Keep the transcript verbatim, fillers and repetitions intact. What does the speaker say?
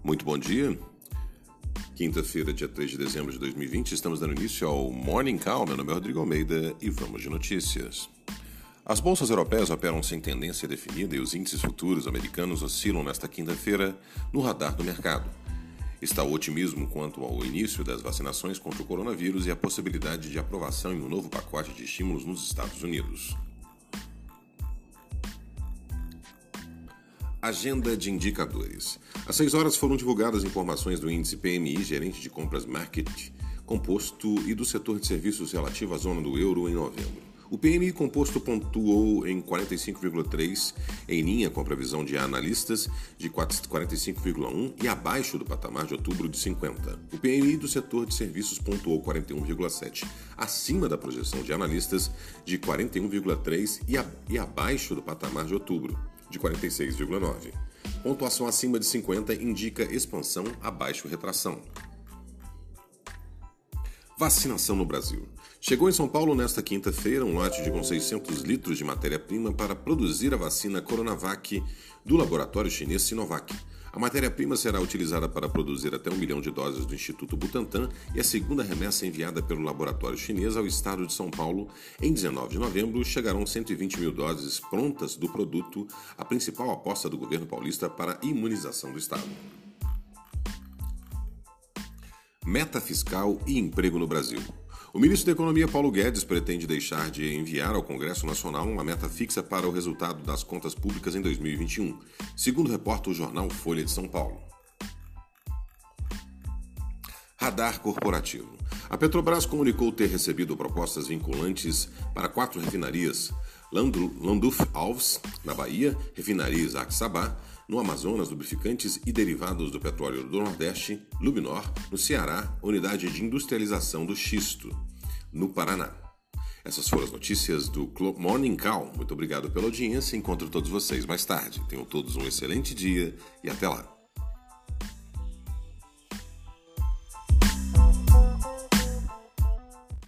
Muito bom dia. Quinta-feira, dia três de dezembro de dois mil e vinte, estamos dando início ao Morning Call. Meu nome é Rodrigo Almeida e vamos de notícias. As bolsas europeias operam sem tendência definida e os índices futuros americanos oscilam nesta quinta-feira no radar do mercado. Está o otimismo quanto ao início das vacinações contra o coronavírus e a possibilidade de aprovação em um novo pacote de estímulos nos Estados Unidos. Agenda de indicadores. Às seis horas foram divulgadas informações do índice P M I, gerente de compras Market composto e do setor de serviços relativo à zona do euro em novembro. O P M I composto pontuou em quarenta e cinco vírgula três, em linha com a previsão de analistas de quarenta e cinco vírgula um e abaixo do patamar de outubro de cinquenta. O P M I do setor de serviços pontuou quarenta e um vírgula sete, acima da projeção de analistas de quarenta e um vírgula três e, a, e abaixo do patamar de outubro, de quarenta e seis vírgula nove. Pontuação acima de cinquenta indica expansão, abaixo retração. Vacinação no Brasil. Chegou em São Paulo nesta quinta-feira um lote de com seiscentos litros de matéria-prima para produzir a vacina Coronavac do laboratório chinês Sinovac. A matéria-prima será utilizada para produzir até um milhão de doses do Instituto Butantan e a segunda remessa enviada pelo laboratório chinês ao estado de São Paulo. Em dezenove de novembro, chegarão cento e vinte mil doses prontas do produto, a principal aposta do governo paulista para a imunização do estado. Meta fiscal e emprego no Brasil. O ministro da Economia, Paulo Guedes, pretende deixar de enviar ao Congresso Nacional uma meta fixa para o resultado das contas públicas em dois mil e vinte e um, segundo reporta o jornal Folha de São Paulo. Radar corporativo. A Petrobras comunicou ter recebido propostas vinculantes para quatro refinarias: Landulf Alves, na Bahia, refinaria Isaac Sabá, no Amazonas, lubrificantes e derivados do petróleo do Nordeste, Lubnor, no Ceará, unidade de industrialização do xisto, no Paraná. Essas foram as notícias do Morning Call. Muito obrigado pela audiência. Encontro todos vocês mais tarde. Tenham todos um excelente dia e até lá.